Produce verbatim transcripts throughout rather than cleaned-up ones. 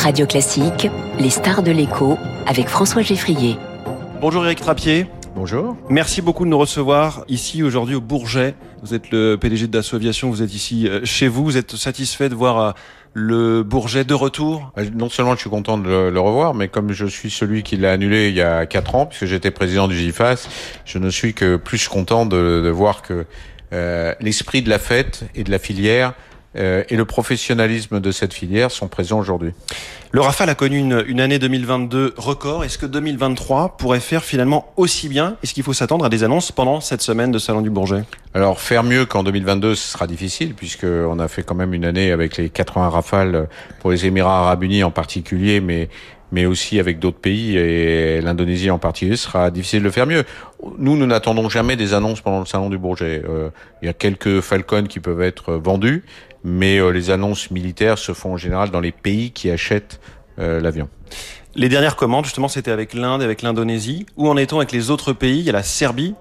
Radio Classique, les stars de l'écho, avec François Geffrier. Bonjour Éric Trappier. Bonjour. Merci beaucoup de nous recevoir ici aujourd'hui au Bourget. Vous êtes le P D G de Dassault Aviation, vous êtes ici chez vous. Vous êtes satisfait de voir le Bourget de retour? Non seulement je suis content de le, le revoir, mais comme je suis celui qui l'a annulé il y a quatre ans, puisque j'étais président du GIFAS, je ne suis que plus content de, de voir que euh, l'esprit de la fête et de la filière euh, et le professionnalisme de cette filière sont présents aujourd'hui. Le Rafale a connu une, une année deux mille vingt-deux record. Est-ce que deux mille vingt-trois pourrait faire finalement aussi bien? Est-ce qu'il faut s'attendre à des annonces pendant cette semaine de Salon du Bourget? Alors, faire mieux qu'en deux mille vingt-deux, ce sera difficile, puisqu'on a fait quand même une année avec les quatre-vingts Rafales pour les Émirats Arabes Unis en particulier, mais mais aussi avec d'autres pays, et l'Indonésie en particulier, ce sera difficile de faire mieux. Nous, nous n'attendons jamais des annonces pendant le Salon du Bourget. Euh, il y a quelques Falcons qui peuvent être vendus, mais euh, les annonces militaires se font en général dans les pays qui achètent euh, l'avion. Les dernières commandes, justement, c'était avec l'Inde et avec l'Indonésie. Où en est-on avec les autres pays? Il y a la Serbie.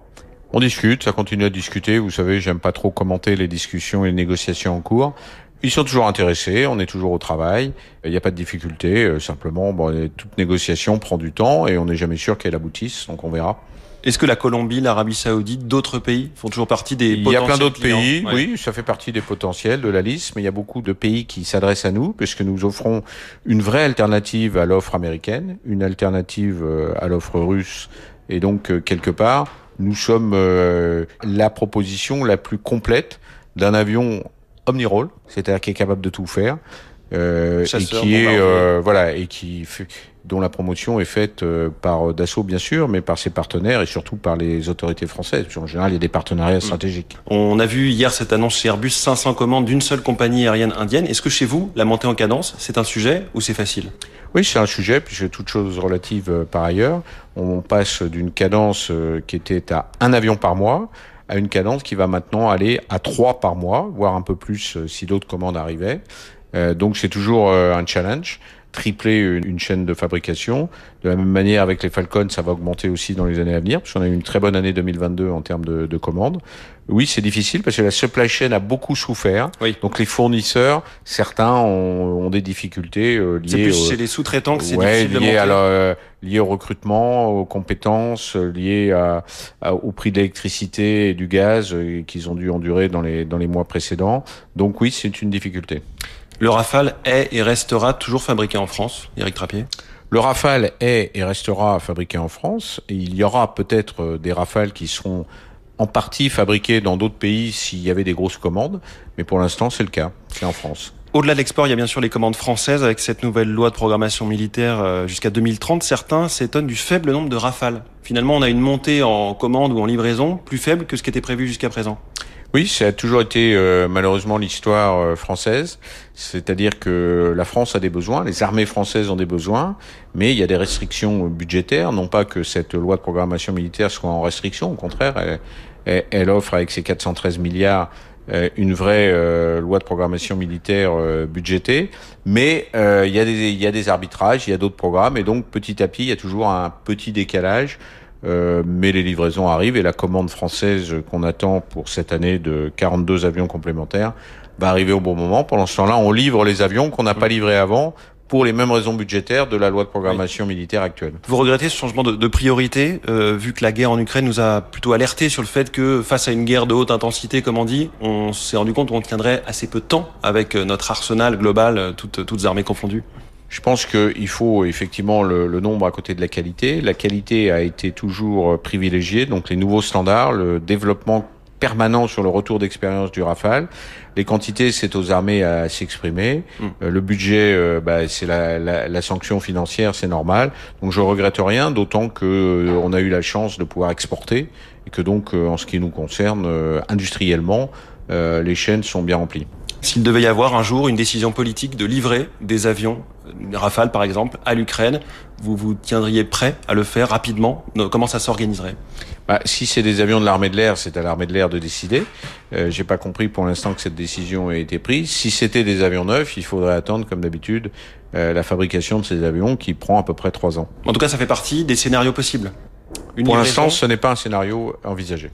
On discute, ça continue à discuter. Vous savez, j'aime pas trop commenter les discussions et les négociations en cours. Ils sont toujours intéressés, on est toujours au travail, il n'y a pas de difficulté, euh, simplement bon, toute négociation prend du temps et on n'est jamais sûr qu'elle aboutisse, donc on verra. Est-ce que la Colombie, l'Arabie Saoudite, d'autres pays font toujours partie des potentiels? Il y a plein d'autres clients. pays, ouais. Oui, ça fait partie des potentiels de la liste, mais il y a beaucoup de pays qui s'adressent à nous, puisque nous offrons une vraie alternative à l'offre américaine, une alternative à l'offre russe, et donc quelque part, nous sommes euh, la proposition la plus complète d'un avion omni-rôle, c'est-à-dire qui est capable de tout faire, euh, Chasseur, et qui est euh, voilà et qui fait, dont la promotion est faite euh, par Dassault bien sûr, mais par ses partenaires et surtout par les autorités françaises. Parce qu'en général, il y a des partenariats stratégiques. On a vu hier cette annonce chez Airbus, cinq cents commandes d'une seule compagnie aérienne indienne. Est-ce que chez vous, la montée en cadence, c'est un sujet ou c'est facile? Oui, c'est un sujet, puisque toute chose relative euh, par ailleurs. On passe d'une cadence euh, qui était à un avion par mois à une cadence qui va maintenant aller à trois par mois, voire un peu plus euh, si d'autres commandes arrivaient. Euh, donc c'est toujours euh, un challenge. Tripler une, une chaîne de fabrication. De la même manière, avec les Falcons, ça va augmenter aussi dans les années à venir, parce qu'on a eu une très bonne année deux mille vingt-deux en termes de, de commandes. Oui, c'est difficile, parce que la supply chain a beaucoup souffert. Oui. Donc les fournisseurs, certains ont, ont des difficultés euh, liées... C'est plus au, chez les sous-traitants que c'est ouais, difficile de liées monter. à leur, euh, liées au recrutement, aux compétences, euh, liées à, à, au prix de l'électricité et du gaz euh, qu'ils ont dû endurer dans les, dans les mois précédents. Donc oui, c'est une difficulté. Le Rafale est et restera toujours fabriqué en France, Éric Trappier? Le Rafale est et restera fabriqué en France. Et il y aura peut-être des Rafales qui seront en partie fabriqués dans d'autres pays s'il y avait des grosses commandes. Mais pour l'instant, c'est le cas. C'est en France. Au-delà de l'export, il y a bien sûr les commandes françaises avec cette nouvelle loi de programmation militaire jusqu'à deux mille trente. Certains s'étonnent du faible nombre de Rafales. Finalement, on a une montée en commande ou en livraison plus faible que ce qui était prévu jusqu'à présent. Oui, ça a toujours été euh, malheureusement l'histoire euh, française, c'est-à-dire que la France a des besoins, les armées françaises ont des besoins, mais il y a des restrictions budgétaires, non pas que cette loi de programmation militaire soit en restriction, au contraire, elle, elle, elle offre avec ses quatre cent treize milliards euh, une vraie euh, loi de programmation militaire euh, budgétée, mais euh, il y a des il y a des arbitrages, il y a d'autres programmes, et donc petit à petit, il y a toujours un petit décalage. Euh, mais les livraisons arrivent et la commande française qu'on attend pour cette année de quarante-deux avions complémentaires va arriver au bon moment. Pendant ce temps-là, on livre les avions qu'on n'a pas livrés avant pour les mêmes raisons budgétaires de la loi de programmation oui. militaire actuelle. Vous regrettez ce changement de, de priorité, euh, vu que la guerre en Ukraine nous a plutôt alerté sur le fait que face à une guerre de haute intensité, comme on dit, on s'est rendu compte qu'on tiendrait assez peu de temps avec notre arsenal global, toutes, toutes armées confondues? Je pense qu'il faut effectivement le, le nombre à côté de la qualité. La qualité a été toujours privilégiée, donc les nouveaux standards, le développement permanent sur le retour d'expérience du Rafale. Les quantités, c'est aux armées à s'exprimer. Mmh. Euh, le budget, euh, bah, c'est la, la, la sanction financière, c'est normal. Donc je regrette rien, d'autant que euh, on a eu la chance de pouvoir exporter et que donc, euh, en ce qui nous concerne, euh, industriellement, euh, les chaînes sont bien remplies. S'il devait y avoir un jour une décision politique de livrer des avions, Rafale par exemple, à l'Ukraine, vous vous tiendriez prêt à le faire rapidement? Comment ça s'organiserait? Bah, si c'est des avions de l'armée de l'air, c'est à l'armée de l'air de décider. Euh, j'ai pas compris pour l'instant que cette décision ait été prise. Si c'était des avions neufs, il faudrait attendre, comme d'habitude, euh, la fabrication de ces avions qui prend à peu près trois ans. En tout cas, ça fait partie des scénarios possibles. Une Pour l'instant, ce n'est pas un scénario envisagé.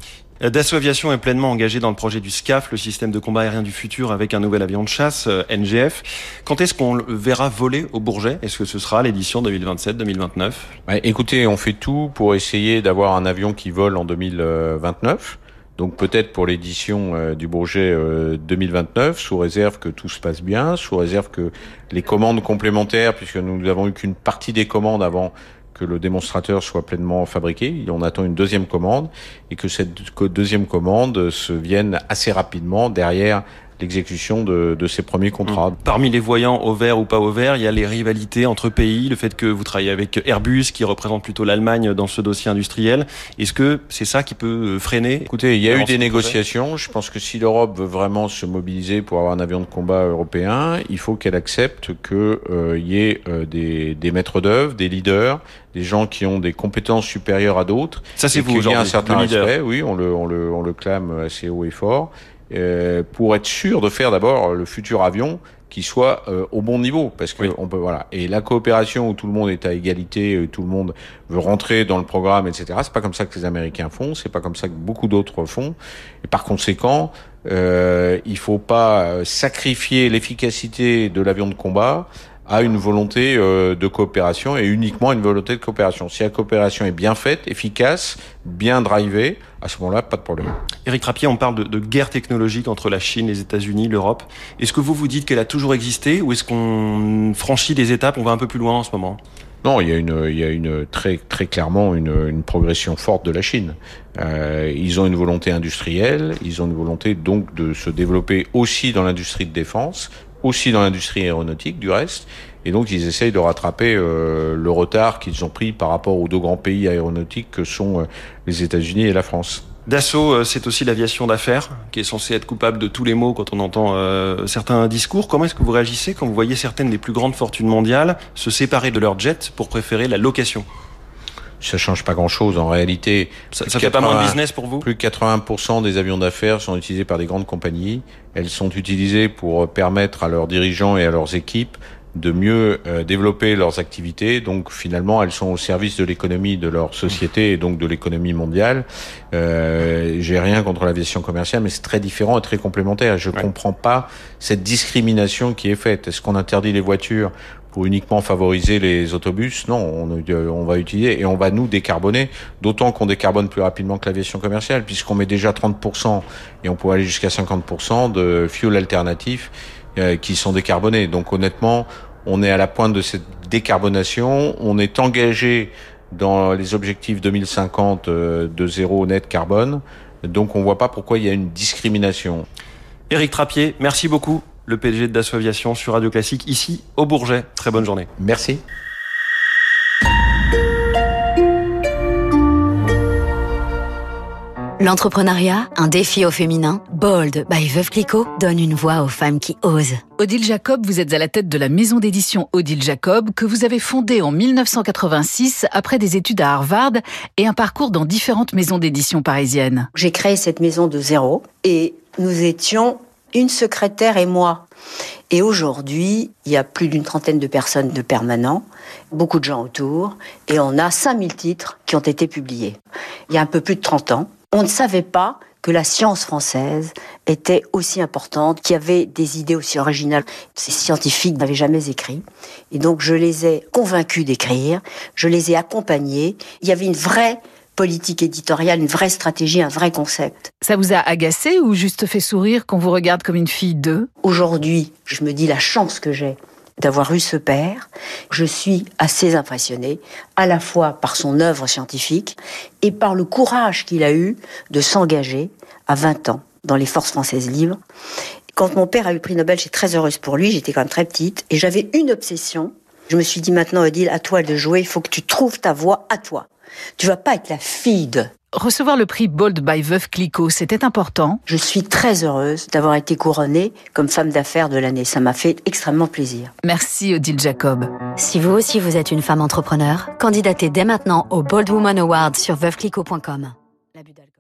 Dassault Aviation est pleinement engagé dans le projet du SCAF, le système de combat aérien du futur, avec un nouvel avion de chasse, N G F. Quand est-ce qu'on le verra voler au Bourget ? Est-ce que ce sera l'édition deux mille vingt-sept deux mille vingt-neuf ? Ouais, écoutez, on fait tout pour essayer d'avoir un avion qui vole en deux mille vingt-neuf. Donc peut-être pour l'édition euh, du Bourget euh, deux mille vingt-neuf, sous réserve que tout se passe bien, sous réserve que les commandes complémentaires, puisque nous n'avons eu qu'une partie des commandes avant que le démonstrateur soit pleinement fabriqué, on attend une deuxième commande, et que cette deuxième commande se vienne assez rapidement derrière l'exécution de, de ces premiers contrats. Parmi les voyants au vert ou pas au vert, il y a les rivalités entre pays, le fait que vous travaillez avec Airbus, qui représente plutôt l'Allemagne dans ce dossier industriel. Est-ce que c'est ça qui peut freiner ? Écoutez, il y a eu des négociations. Je pense que si l'Europe veut vraiment se mobiliser pour avoir un avion de combat européen, il faut qu'elle accepte qu'il euh, y ait euh, des, des maîtres d'œuvre, des leaders, des gens qui ont des compétences supérieures à d'autres. Ça, c'est vous, aujourd'hui. Il y a un certain leader. respect, oui, on le, on le, on le clame assez haut et fort. Euh, pour être sûr de faire d'abord le futur avion qui soit euh, au bon niveau, parce que oui. on peut voilà. Et la coopération où tout le monde est à égalité, où tout le monde veut rentrer dans le programme, et cetera. C'est pas comme ça que les Américains font, c'est pas comme ça que beaucoup d'autres font. Et par conséquent, euh, il faut pas sacrifier l'efficacité de l'avion de combat à une volonté euh, de coopération et uniquement une volonté de coopération. Si la coopération est bien faite, efficace, bien drivée, à ce moment-là, pas de problème. Éric Trappier, on parle de, de guerre technologique entre la Chine, les États-Unis, l'Europe. Est-ce que vous vous dites qu'elle a toujours existé ou est-ce qu'on franchit des étapes, on va un peu plus loin en ce moment ? Non, il y a une, il y a une très, très clairement une, une progression forte de la Chine. Euh, ils ont une volonté industrielle, ils ont une volonté donc de se développer aussi dans l'industrie de défense, aussi dans l'industrie aéronautique du reste, et donc ils essayent de rattraper euh, le retard qu'ils ont pris par rapport aux deux grands pays aéronautiques que sont euh, les États-Unis et la France. Dassault, c'est aussi l'aviation d'affaires, qui est censée être coupable de tous les maux quand on entend euh, certains discours. Comment est-ce que vous réagissez quand vous voyez certaines des plus grandes fortunes mondiales se séparer de leur jet pour préférer la location ? Ça change pas grand-chose en réalité. Ça, ça fait pas moins de business pour vous ? Plus de quatre-vingts pour cent des avions d'affaires sont utilisés par des grandes compagnies. Elles sont utilisées pour permettre à leurs dirigeants et à leurs équipes de mieux euh, développer leurs activités. Donc finalement, elles sont au service de l'économie de leur société et donc de l'économie mondiale. Euh, j'ai rien contre l'aviation commerciale, mais c'est très différent et très complémentaire. Je ouais. comprends pas cette discrimination qui est faite. Est-ce qu'on interdit les voitures pour uniquement favoriser les autobus? Non, on, on va utiliser et on va nous décarboner, d'autant qu'on décarbone plus rapidement que l'aviation commerciale, puisqu'on met déjà trente pour cent et on pourrait aller jusqu'à cinquante pour cent de fuel alternatifs euh, qui sont décarbonés. Donc honnêtement, on est à la pointe de cette décarbonation, on est engagé dans les objectifs deux mille cinquante euh, de zéro net carbone, donc on voit pas pourquoi il y a une discrimination. Éric Trappier, merci beaucoup. Le P D G de Dassault Aviation sur Radio Classique, ici au Bourget. Très bonne journée. Merci. L'entrepreneuriat, un défi au féminin. Bold by Veuve Clicquot donne une voix aux femmes qui osent. Odile Jacob, vous êtes à la tête de la maison d'édition Odile Jacob, que vous avez fondée en mille neuf cent quatre-vingt-six après des études à Harvard et un parcours dans différentes maisons d'édition parisiennes. J'ai créé cette maison de zéro et nous étions une secrétaire et moi. Et aujourd'hui, il y a plus d'une trentaine de personnes de permanents, beaucoup de gens autour, et on a cinq mille titres qui ont été publiés. Il y a un peu plus de trente ans, on ne savait pas que la science française était aussi importante, qu'il y avait des idées aussi originales. Ces scientifiques n'avaient jamais écrit. Et donc, je les ai convaincus d'écrire, je les ai accompagnés. Il y avait une vraie politique éditoriale, une vraie stratégie, un vrai concept. Ça vous a agacé ou juste fait sourire qu'on vous regarde comme une fille d'eux ? Aujourd'hui, je me dis la chance que j'ai d'avoir eu ce père. Je suis assez impressionnée, à la fois par son œuvre scientifique et par le courage qu'il a eu de s'engager à vingt ans dans les forces françaises libres. Quand mon père a eu le prix Nobel, j'étais très heureuse pour lui, j'étais quand même très petite, et j'avais une obsession. Je me suis dit, maintenant, Odile, à toi de jouer, il faut que tu trouves ta voie à toi. Tu vas pas être la fille de... Recevoir le prix Bold by Veuve Clicquot, c'était important. Je suis très heureuse d'avoir été couronnée comme femme d'affaires de l'année. Ça m'a fait extrêmement plaisir. Merci Odile Jacob. Si vous aussi vous êtes une femme entrepreneur, candidatez dès maintenant au Bold Woman Award sur veuve clicquot point com. L'abus d'alcool.